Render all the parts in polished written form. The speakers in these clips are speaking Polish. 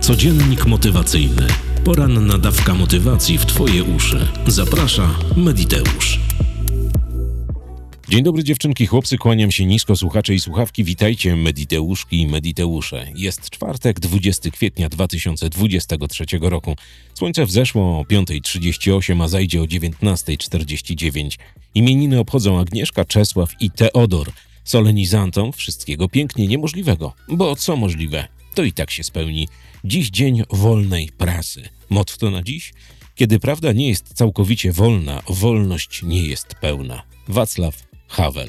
Codziennik motywacyjny. Poranna dawka motywacji w Twoje uszy. Zaprasza Mediteusz. Dzień dobry dziewczynki, chłopcy, kłaniam się nisko, słuchacze i słuchawki, witajcie Mediteuszki i Mediteusze. Jest czwartek, 20 kwietnia 2023 roku. Słońce wzeszło o 5:38, a zajdzie o 19:49. Imieniny obchodzą Agnieszka, Czesław i Teodor. Solenizantom wszystkiego pięknie niemożliwego, bo co możliwe, to i tak się spełni. Dziś dzień wolnej prasy. Motto na dziś? Kiedy prawda nie jest całkowicie wolna, wolność nie jest pełna. Wacław Havel.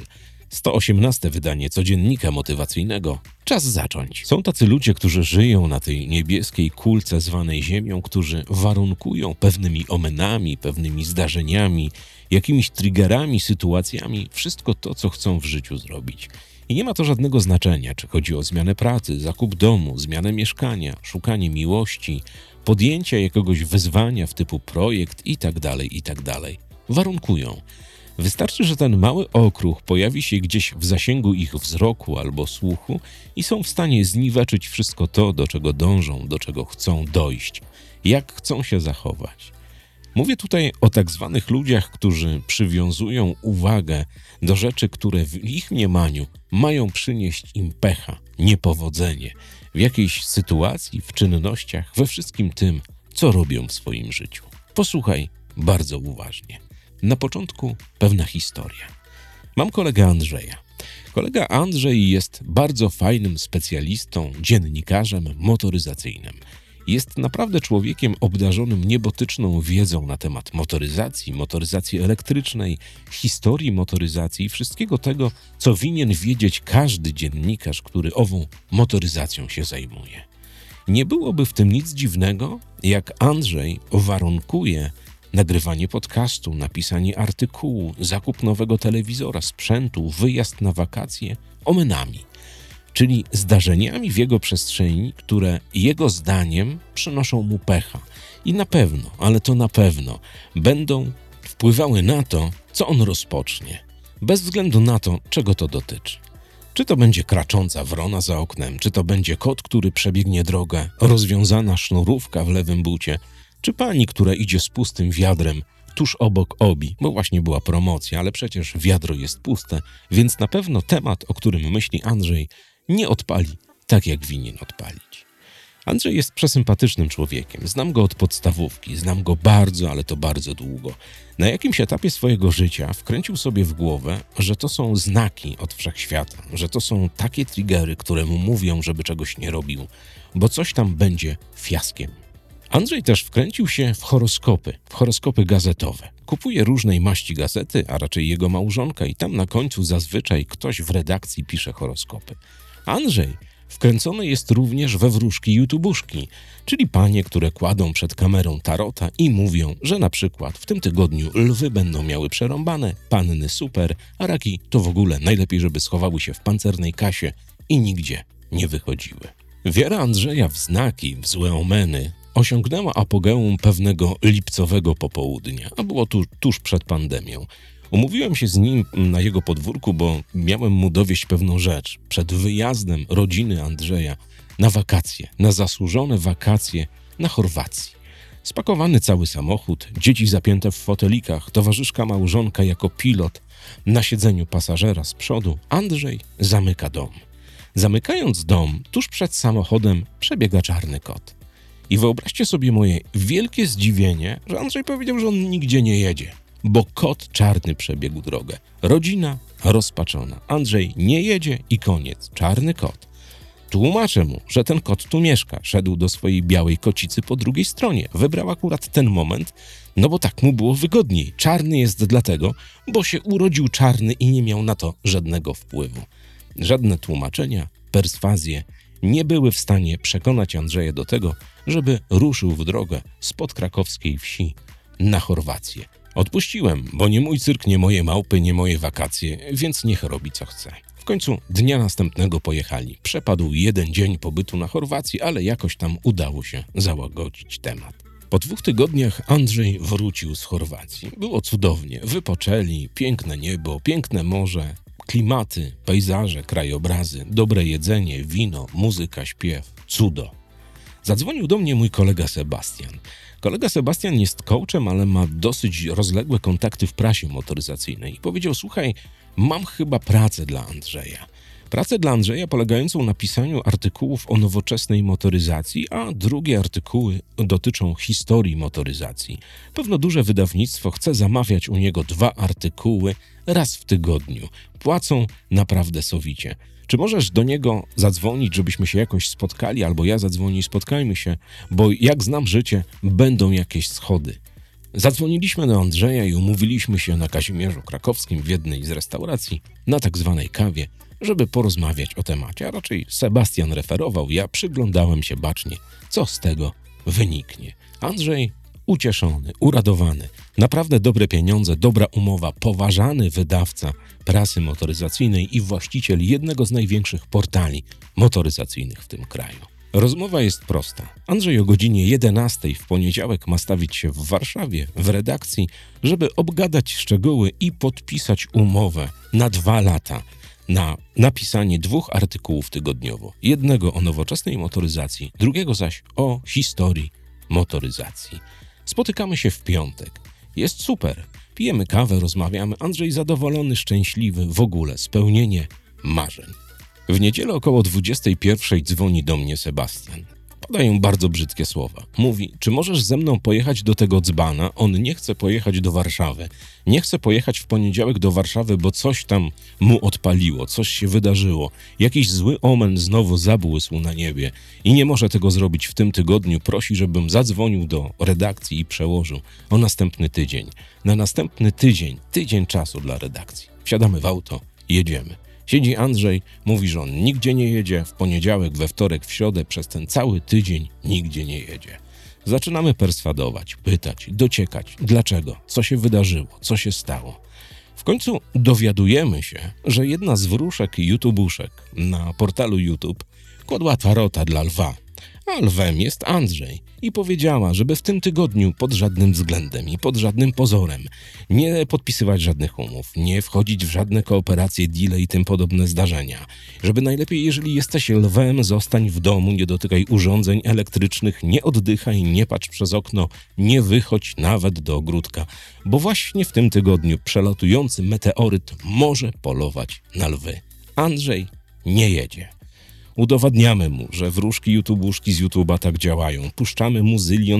118 wydanie codziennika motywacyjnego. Czas zacząć. Są tacy ludzie, którzy żyją na tej niebieskiej kulce zwanej Ziemią, którzy warunkują pewnymi omenami, pewnymi zdarzeniami, jakimiś triggerami, sytuacjami wszystko to, co chcą w życiu zrobić. I nie ma to żadnego znaczenia, czy chodzi o zmianę pracy, zakup domu, zmianę mieszkania, szukanie miłości, podjęcie jakiegoś wyzwania w typu projekt itd., itd. Warunkują. Wystarczy, że ten mały okruch pojawi się gdzieś w zasięgu ich wzroku albo słuchu i są w stanie zniweczyć wszystko to, do czego dążą, do czego chcą dojść, jak chcą się zachować. Mówię tutaj o tak zwanych ludziach, którzy przywiązują uwagę do rzeczy, które w ich mniemaniu mają przynieść im pecha, niepowodzenie w jakiejś sytuacji, w czynnościach, we wszystkim tym, co robią w swoim życiu. Posłuchaj bardzo uważnie. Na początku pewna historia. Mam kolegę Andrzeja. Kolega Andrzej jest bardzo fajnym specjalistą, dziennikarzem motoryzacyjnym. Jest naprawdę człowiekiem obdarzonym niebotyczną wiedzą na temat motoryzacji elektrycznej, historii motoryzacji i wszystkiego tego, co winien wiedzieć każdy dziennikarz, który ową motoryzacją się zajmuje. Nie byłoby w tym nic dziwnego, jak Andrzej warunkuje nagrywanie podcastu, napisanie artykułu, zakup nowego telewizora, sprzętu, wyjazd na wakacje omenami, czyli zdarzeniami w jego przestrzeni, które jego zdaniem przynoszą mu pecha i na pewno, ale to na pewno, będą wpływały na to, co on rozpocznie, bez względu na to, czego to dotyczy. Czy to będzie kracząca wrona za oknem, czy to będzie kot, który przebiegnie drogę, rozwiązana sznurówka w lewym bucie, czy pani, która idzie z pustym wiadrem tuż obok Obi, bo właśnie była promocja, ale przecież wiadro jest puste, więc na pewno temat, o którym myśli Andrzej, nie odpali tak, jak winien odpalić. Andrzej jest przesympatycznym człowiekiem. Znam go od podstawówki, znam go bardzo, ale to bardzo długo. Na jakimś etapie swojego życia wkręcił sobie w głowę, że to są znaki od wszechświata, że to są takie triggery, które mu mówią, żeby czegoś nie robił, bo coś tam będzie fiaskiem. Andrzej też wkręcił się w horoskopy gazetowe. Kupuje różnej maści gazety, a raczej jego małżonka i tam na końcu zazwyczaj ktoś w redakcji pisze horoskopy. Andrzej wkręcony jest również we wróżki youtubuszki, czyli panie, które kładą przed kamerą tarota i mówią, że na przykład w tym tygodniu lwy będą miały przerąbane, panny super, a raki to w ogóle najlepiej, żeby schowały się w pancernej kasie i nigdzie nie wychodziły. Wiara Andrzeja w znaki, w złe omeny osiągnęła apogeum pewnego lipcowego popołudnia, a było tuż przed pandemią. Umówiłem się z nim na jego podwórku, bo miałem mu dowieść pewną rzecz. Przed wyjazdem rodziny Andrzeja na wakacje, na zasłużone wakacje na Chorwacji. Spakowany cały samochód, dzieci zapięte w fotelikach, towarzyszka małżonka jako pilot, na siedzeniu pasażera z przodu, Andrzej zamyka dom. Zamykając dom, tuż przed samochodem przebiega czarny kot. I wyobraźcie sobie moje wielkie zdziwienie, że Andrzej powiedział, że on nigdzie nie jedzie, bo kot czarny przebiegł drogę. Rodzina rozpaczona. Andrzej nie jedzie i koniec. Czarny kot. Tłumaczę mu, że ten kot tu mieszka. Szedł do swojej białej kocicy po drugiej stronie. Wybrał akurat ten moment, no bo tak mu było wygodniej. Czarny jest dlatego, bo się urodził czarny i nie miał na to żadnego wpływu. Żadne tłumaczenia, perswazje nie były w stanie przekonać Andrzeja do tego, żeby ruszył w drogę spod krakowskiej wsi na Chorwację. Odpuściłem, bo nie mój cyrk, nie moje małpy, nie moje wakacje, więc niech robi co chce. W końcu dnia następnego pojechali. Przepadł 1 dzień pobytu na Chorwacji, ale jakoś tam udało się załagodzić temat. Po 2 tygodniach Andrzej wrócił z Chorwacji. Było cudownie, wypoczęli, piękne niebo, piękne morze, klimaty, pejzaże, krajobrazy, dobre jedzenie, wino, muzyka, śpiew, cudo. Zadzwonił do mnie mój kolega Sebastian. Kolega Sebastian jest coachem, ale ma dosyć rozległe kontakty w prasie motoryzacyjnej i powiedział: słuchaj, mam chyba pracę dla Andrzeja. Pracę dla Andrzeja polegającą na pisaniu artykułów o nowoczesnej motoryzacji, a drugie artykuły dotyczą historii motoryzacji. Pewno duże wydawnictwo chce zamawiać u niego 2 artykuły raz w tygodniu. Płacą naprawdę sowicie. Czy możesz do niego zadzwonić, żebyśmy się jakoś spotkali, albo ja zadzwonię i spotkajmy się, bo jak znam życie, będą jakieś schody. Zadzwoniliśmy do Andrzeja i umówiliśmy się na Kazimierzu Krakowskim w jednej z restauracji na tak zwanej kawie, żeby porozmawiać o temacie, a raczej Sebastian referował, ja przyglądałem się bacznie, co z tego wyniknie. Andrzej ucieszony, uradowany, naprawdę dobre pieniądze, dobra umowa, poważany wydawca prasy motoryzacyjnej i właściciel jednego z największych portali motoryzacyjnych w tym kraju. Rozmowa jest prosta. Andrzej o godzinie 11 w poniedziałek ma stawić się w Warszawie, w redakcji, żeby obgadać szczegóły i podpisać umowę na 2 lata na napisanie 2 artykułów tygodniowo. Jednego o nowoczesnej motoryzacji, drugiego zaś o historii motoryzacji. Spotykamy się w piątek. Jest super. Pijemy kawę, rozmawiamy. Andrzej zadowolony, szczęśliwy, w ogóle spełnienie marzeń. W niedzielę około 21 dzwoni do mnie Sebastian. Padają bardzo brzydkie słowa. Mówi: czy możesz ze mną pojechać do tego dzbana? On nie chce pojechać do Warszawy. Nie chce pojechać w poniedziałek do Warszawy, bo coś tam mu odpaliło, coś się wydarzyło. Jakiś zły omen znowu zabłysł na niebie i nie może tego zrobić w tym tygodniu. Prosi, żebym zadzwonił do redakcji i przełożył o następny tydzień. Na następny tydzień czasu dla redakcji. Wsiadamy w auto, jedziemy. Siedzi Andrzej, mówi, że on nigdzie nie jedzie, w poniedziałek, we wtorek, w środę, przez ten cały tydzień nigdzie nie jedzie. Zaczynamy perswadować, pytać, dociekać, dlaczego, co się wydarzyło, co się stało. W końcu dowiadujemy się, że jedna z wróżek YouTubuszek na portalu YouTube kładła tarota dla lwa, a lwem jest Andrzej i powiedziała, żeby w tym tygodniu pod żadnym względem i pod żadnym pozorem nie podpisywać żadnych umów, nie wchodzić w żadne kooperacje, deale i tym podobne zdarzenia. Żeby najlepiej, jeżeli jesteś lwem, zostań w domu, nie dotykaj urządzeń elektrycznych, nie oddychaj, nie patrz przez okno, nie wychodź nawet do ogródka, bo właśnie w tym tygodniu przelatujący meteoryt może polować na lwy. Andrzej nie jedzie. Udowadniamy mu, że wróżki YouTubuszki z YouTube'a tak działają. Puszczamy mu 1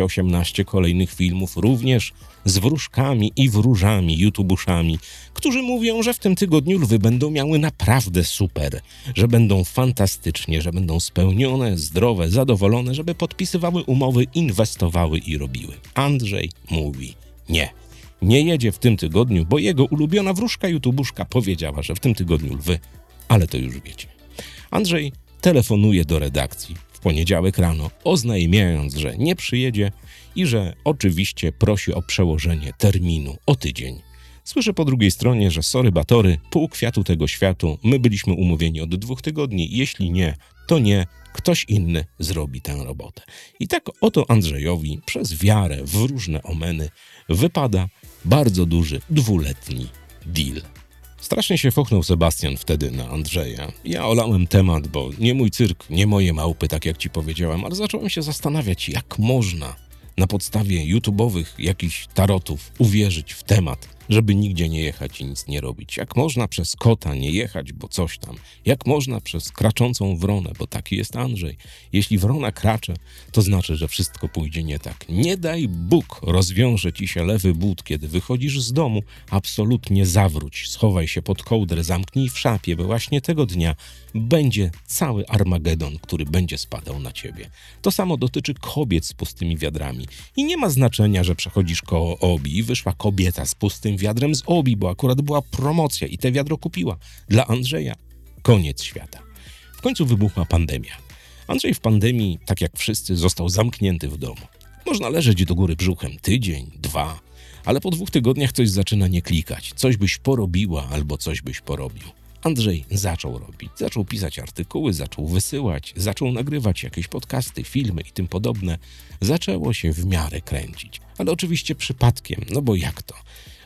218 kolejnych filmów, również z wróżkami i wróżami YouTubuszami, którzy mówią, że w tym tygodniu lwy będą miały naprawdę super, że będą fantastycznie, że będą spełnione, zdrowe, zadowolone, żeby podpisywały umowy, inwestowały i robiły. Andrzej mówi nie. Nie jedzie w tym tygodniu, bo jego ulubiona wróżka YouTubuszka powiedziała, że w tym tygodniu lwy, ale to już wiecie. Andrzej telefonuje do redakcji w poniedziałek rano, oznajmiając, że nie przyjedzie i że oczywiście prosi o przełożenie terminu o tydzień. Słyszę po drugiej stronie, że sorry batory, pół kwiatu tego światu, my byliśmy umówieni od 2 tygodni, jeśli nie, to nie, ktoś inny zrobi tę robotę. I tak oto Andrzejowi przez wiarę w różne omeny wypada bardzo duży 2-letni deal. Strasznie się fochnął Sebastian wtedy na Andrzeja. Ja olałem temat, bo nie mój cyrk, nie moje małpy, tak jak ci powiedziałem, ale zacząłem się zastanawiać, jak można na podstawie YouTube'owych jakichś tarotów uwierzyć w temat, żeby nigdzie nie jechać i nic nie robić. Jak można przez kota nie jechać, bo coś tam. Jak można przez kraczącą wronę, bo taki jest Andrzej. Jeśli wrona kracze, to znaczy, że wszystko pójdzie nie tak. Nie daj Bóg rozwiąże ci się lewy but, kiedy wychodzisz z domu. Absolutnie zawróć, schowaj się pod kołdrę, zamknij w szafie, bo właśnie tego dnia będzie cały Armagedon, który będzie spadał na ciebie. To samo dotyczy kobiet z pustymi wiadrami. I nie ma znaczenia, że przechodzisz koło Obi i wyszła kobieta z pustym wiadrem z Obi, bo akurat była promocja i te wiadro kupiła. Dla Andrzeja koniec świata. W końcu wybuchła pandemia. Andrzej w pandemii, tak jak wszyscy, został zamknięty w domu. Można leżeć do góry brzuchem tydzień, 2, ale po 2 tygodniach coś zaczyna nie klikać. Coś byś porobiła albo coś byś porobił. Andrzej zaczął robić, zaczął pisać artykuły, zaczął wysyłać, zaczął nagrywać jakieś podcasty, filmy i tym podobne. Zaczęło się w miarę kręcić, ale oczywiście przypadkiem, no bo jak to?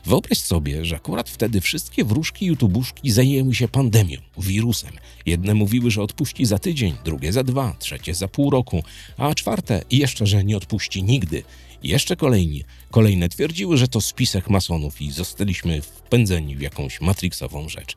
Wyobraź sobie, że akurat wtedy wszystkie wróżki i youtubuszki zajęły się pandemią, wirusem. Jedne mówiły, że odpuści za tydzień, drugie za 2, trzecie za pół roku, a czwarte jeszcze, że nie odpuści nigdy. Jeszcze kolejne twierdziły, że to spisek masonów i zostaliśmy wpędzeni w jakąś matrixową rzecz.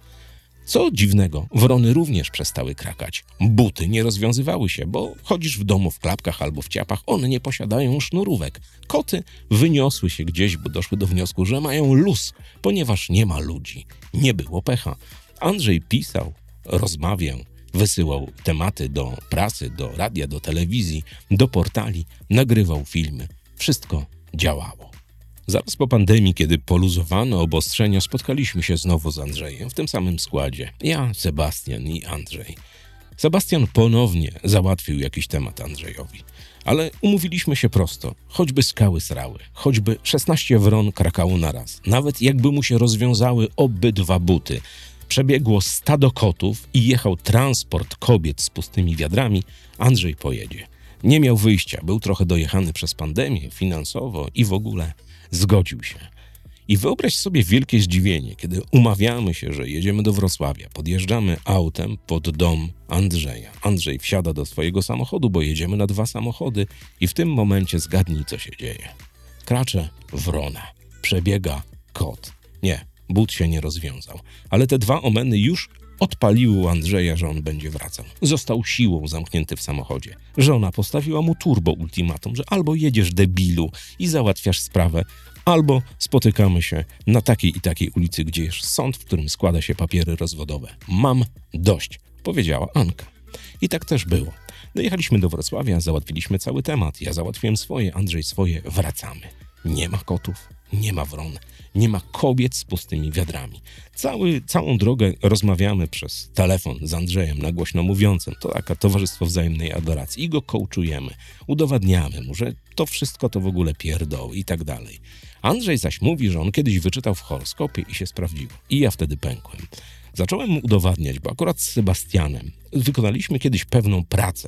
Co dziwnego, wrony również przestały krakać. Buty nie rozwiązywały się, bo chodzisz w domu w klapkach albo w ciapach, one nie posiadają sznurówek. Koty wyniosły się gdzieś, bo doszły do wniosku, że mają luz, ponieważ nie ma ludzi. Nie było pecha. Andrzej pisał, rozmawiał, wysyłał tematy do prasy, do radia, do telewizji, do portali, nagrywał filmy. Wszystko działało. Zaraz po pandemii, kiedy poluzowano obostrzenia, spotkaliśmy się znowu z Andrzejem w tym samym składzie. Ja, Sebastian i Andrzej. Sebastian ponownie załatwił jakiś temat Andrzejowi. Ale umówiliśmy się prosto. Choćby skały srały, choćby 16 wron krakało naraz. Nawet jakby mu się rozwiązały obydwa buty. Przebiegło stado kotów i jechał transport kobiet z pustymi wiadrami, Andrzej pojedzie. Nie miał wyjścia, był trochę dojechany przez pandemię, finansowo i w ogóle zgodził się. I wyobraź sobie wielkie zdziwienie, kiedy umawiamy się, że jedziemy do Wrocławia, podjeżdżamy autem pod dom Andrzeja. Andrzej wsiada do swojego samochodu, bo jedziemy na 2 samochody i w tym momencie zgadnij, co się dzieje. Kracze wrona, przebiega kot. Nie, but się nie rozwiązał, ale te 2 omeny już odpaliły u Andrzeja, że on będzie wracał. Został siłą zamknięty w samochodzie. Żona postawiła mu turbo ultimatum, że albo jedziesz debilu i załatwiasz sprawę, albo spotykamy się na takiej i takiej ulicy, gdzie jest sąd, w którym składa się papiery rozwodowe. Mam dość, powiedziała Anka. I tak też było. Dojechaliśmy do Wrocławia, załatwiliśmy cały temat. Ja załatwiłem swoje, Andrzej swoje. Wracamy. Nie ma kotów, nie ma wron, nie ma kobiet z pustymi wiadrami. Całą drogę rozmawiamy przez telefon z Andrzejem na głośno mówiącym. To takie towarzystwo wzajemnej adoracji i go coachujemy. Udowadniamy mu, że to wszystko to w ogóle pierdoły i tak dalej. Andrzej zaś mówi, że on kiedyś wyczytał w horoskopie i się sprawdziło. I ja wtedy pękłem. Zacząłem mu udowadniać, bo akurat z Sebastianem wykonaliśmy kiedyś pewną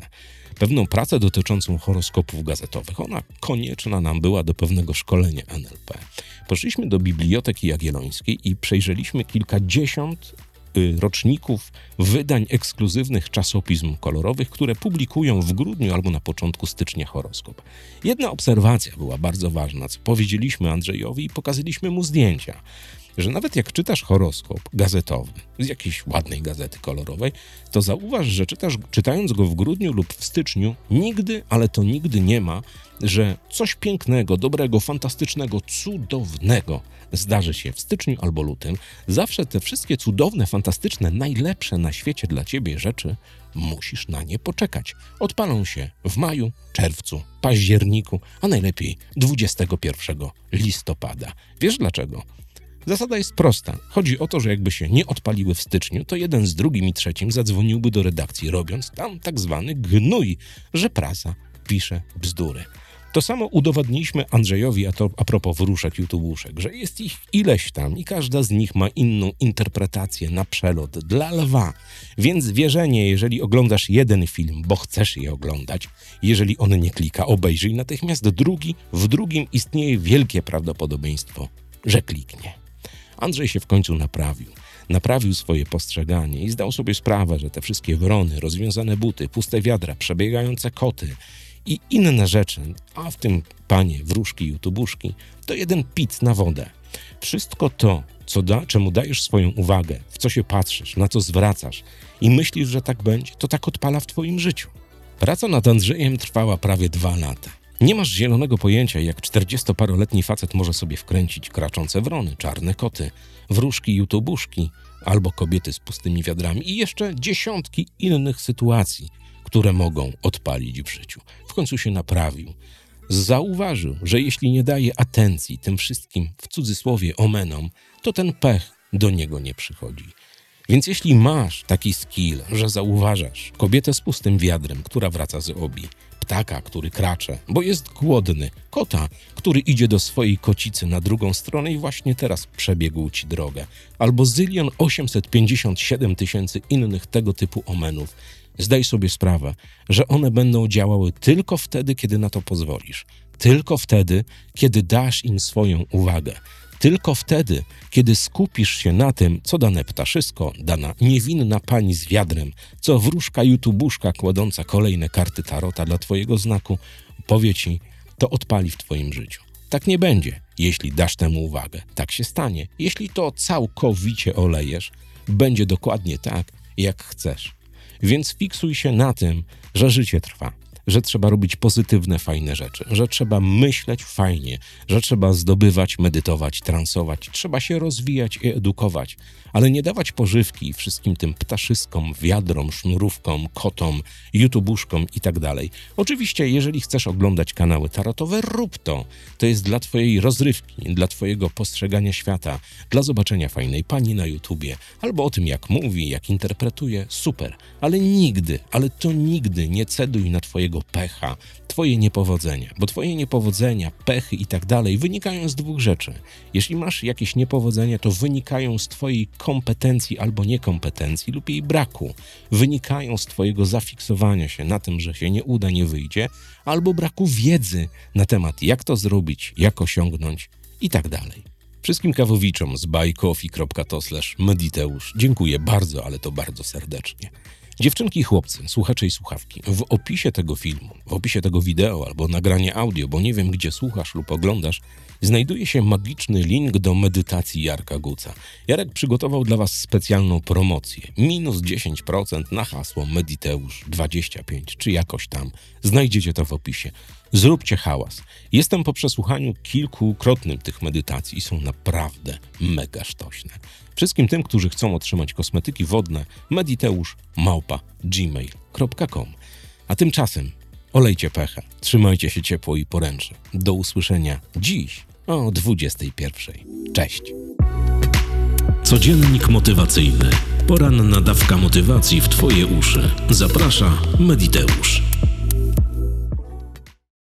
pracę dotyczącą horoskopów gazetowych. Ona konieczna nam była do pewnego szkolenia NLP. Poszliśmy do Biblioteki Jagiellońskiej i przejrzeliśmy kilkadziesiąt roczników wydań ekskluzywnych czasopism kolorowych, które publikują w grudniu albo na początku stycznia horoskop. Jedna obserwacja była bardzo czytana, co powiedzieliśmy Andrzejowi i pokazaliśmy mu zdjęcia, że nawet jak czytasz horoskop gazetowy z jakiejś ładnej gazety kolorowej, to zauważ, że czytając go w grudniu lub w styczniu, nigdy, ale to nigdy nie ma, że coś pięknego, dobrego, fantastycznego, cudownego zdarzy się w styczniu albo lutym. Zawsze te wszystkie cudowne, fantastyczne, najlepsze na świecie dla ciebie rzeczy, musisz na nie poczekać. Odpalą się w maju, czerwcu, październiku, a najlepiej 21 listopada. Wiesz dlaczego? Zasada jest prosta. Chodzi o to, że jakby się nie odpaliły w styczniu, to jeden z drugim i trzecim zadzwoniłby do redakcji, robiąc tam tak zwany gnój, że prasa pisze bzdury. To samo udowodniliśmy Andrzejowi a propos wróżek youtubuszek, że jest ich ileś tam i każda z nich ma inną interpretację na przelot dla lwa. Więc wierzenie, jeżeli oglądasz jeden film, bo chcesz je oglądać, jeżeli on nie klika, obejrzyj natychmiast drugi, w drugim istnieje wielkie prawdopodobieństwo, że kliknie. Andrzej się w końcu naprawił swoje postrzeganie i zdał sobie sprawę, że te wszystkie wrony, rozwiązane buty, puste wiadra, przebiegające koty i inne rzeczy, a w tym panie wróżki, youtubuszki, to jeden pic na wodę. Wszystko to, czemu dajesz swoją uwagę, w co się patrzysz, na co zwracasz i myślisz, że tak będzie, to tak odpala w twoim życiu. Praca nad Andrzejem trwała prawie 2 lata. Nie masz zielonego pojęcia, jak 40-paroletni facet może sobie wkręcić kraczące wrony, czarne koty, wróżki, youtubuszki albo kobiety z pustymi wiadrami i jeszcze dziesiątki innych sytuacji, które mogą odpalić w życiu. W końcu się naprawił. Zauważył, że jeśli nie daje atencji tym wszystkim, w cudzysłowie, omenom, to ten pech do niego nie przychodzi. Więc jeśli masz taki skill, że zauważasz kobietę z pustym wiadrem, która wraca z obi, ptaka, który kracze, bo jest głodny, kota, który idzie do swojej kocicy na drugą stronę i właśnie teraz przebiegł ci drogę, albo 1 857 000 innych tego typu omenów, zdaj sobie sprawę, że one będą działały tylko wtedy, kiedy na to pozwolisz. Tylko wtedy, kiedy dasz im swoją uwagę. Tylko wtedy, kiedy skupisz się na tym, co dane ptaszysko, dana niewinna pani z wiadrem, co wróżka youtubuszka kładąca kolejne karty tarota dla twojego znaku, powie ci, to odpali w twoim życiu. Tak nie będzie, jeśli dasz temu uwagę. Tak się stanie. Jeśli to całkowicie olejesz, będzie dokładnie tak, jak chcesz. Więc fiksuj się na tym, że życie trwa, że trzeba robić pozytywne, fajne rzeczy, że trzeba myśleć fajnie, że trzeba zdobywać, medytować, transować, trzeba się rozwijać i edukować, ale nie dawać pożywki wszystkim tym ptaszyskom, wiadrom, sznurówkom, kotom, youtubuszkom i tak dalej. Oczywiście, jeżeli chcesz oglądać kanały tarotowe, rób to. To jest dla twojej rozrywki, dla twojego postrzegania świata, dla zobaczenia fajnej pani na YouTubie, albo o tym, jak mówi, jak interpretuje, super. Ale nigdy, ale to nigdy nie ceduj na twojego pecha, twoje niepowodzenia, bo twoje niepowodzenia, pechy i tak dalej wynikają z dwóch rzeczy. Jeśli masz jakieś niepowodzenia, to wynikają z twojej kompetencji albo niekompetencji lub jej braku. Wynikają z twojego zafiksowania się na tym, że się nie uda, nie wyjdzie, albo braku wiedzy na temat, jak to zrobić, jak osiągnąć i tak dalej. Wszystkim kawowiczom z buycoffee.to/mediteusz dziękuję bardzo, ale to bardzo serdecznie. Dziewczynki i chłopcy, słuchacze i słuchawki, w opisie tego filmu, w opisie tego wideo albo nagranie audio, bo nie wiem, gdzie słuchasz lub oglądasz, znajduje się magiczny link do medytacji Jarka Guca. Jarek przygotował dla was specjalną promocję. Minus 10% na hasło Mediteusz25, czy jakoś tam. Znajdziecie to w opisie. Zróbcie hałas. Jestem po przesłuchaniu kilkukrotnym tych medytacji i są naprawdę mega sztośne. Wszystkim tym, którzy chcą otrzymać kosmetyki wodne, mediteusz@gmail.com. A tymczasem olejcie pecha, trzymajcie się ciepło i poręczy. Do usłyszenia dziś o 21:00. Cześć! Codziennik motywacyjny. Poranna dawka motywacji w twoje uszy. Zaprasza Mediteusz.